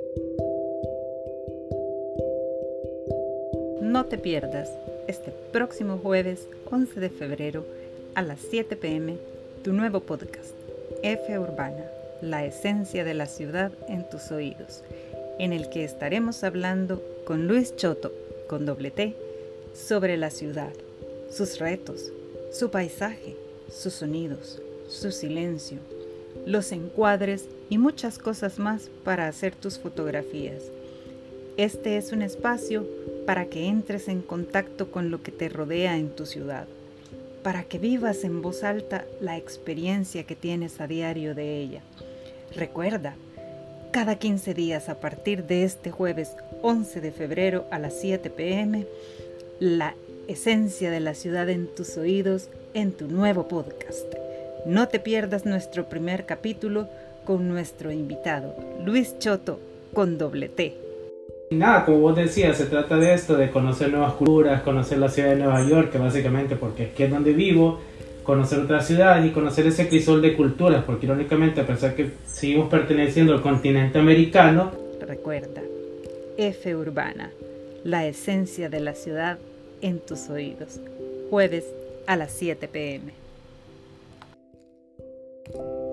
No te pierdas este próximo jueves 11 de febrero a las 7 p.m. tu nuevo podcast, F Urbana, la esencia de la ciudad en tus oídos, en el que estaremos hablando con Luis Choto, con doble T, sobre la ciudad, sus retos, su paisaje, sus sonidos, su silencio, los encuadres y muchas cosas más para hacer tus fotografías. Este es un espacio para que entres en contacto con lo que te rodea en tu ciudad, para que vivas en voz alta la experiencia que tienes a diario de ella. Recuerda, cada 15 días a partir de este jueves 11 de febrero a las 7 p.m., la esencia de la ciudad en tus oídos en tu nuevo podcast. No te pierdas nuestro primer capítulo con nuestro invitado, Luis Choto, con doble T. Nada, como vos decías, se trata de esto, de conocer nuevas culturas, conocer la ciudad de Nueva York, que básicamente porque aquí es donde vivo, conocer otras ciudades y conocer ese crisol de culturas, porque irónicamente, a pesar que seguimos perteneciendo al continente americano. Recuerda, F Urbana, la esencia de la ciudad en tus oídos, jueves a las 7 p.m.